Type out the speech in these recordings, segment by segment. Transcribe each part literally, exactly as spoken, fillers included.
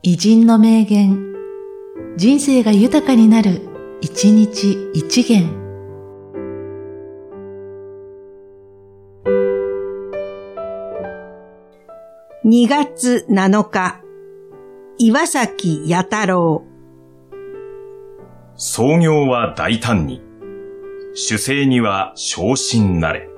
偉人の名言、人生が豊かになる、一日一元。 にがつなのか、岩崎弥太郎。 創業は大胆に、主政には小心なれ。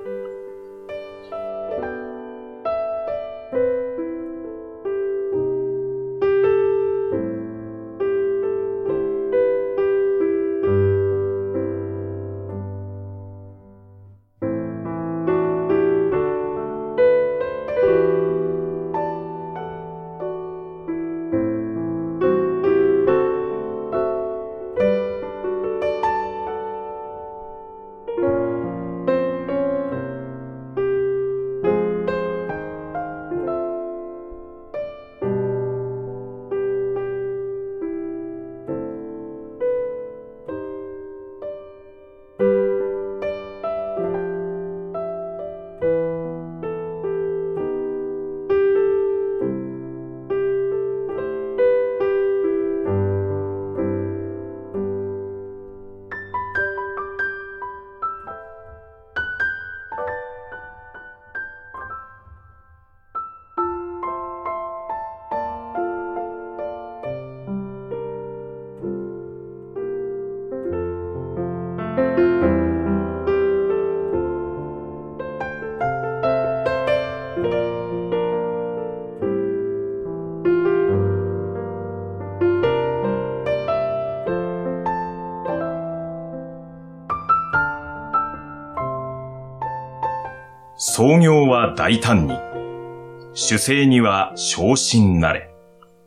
創業は大胆に、主政には小心なれ。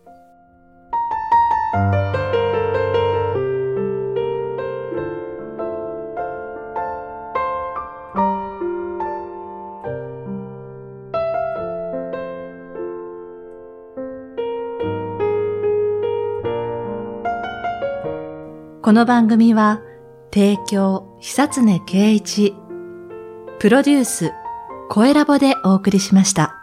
この番組は、提供、久常圭一、プロデュース、声ラボでお送りしました。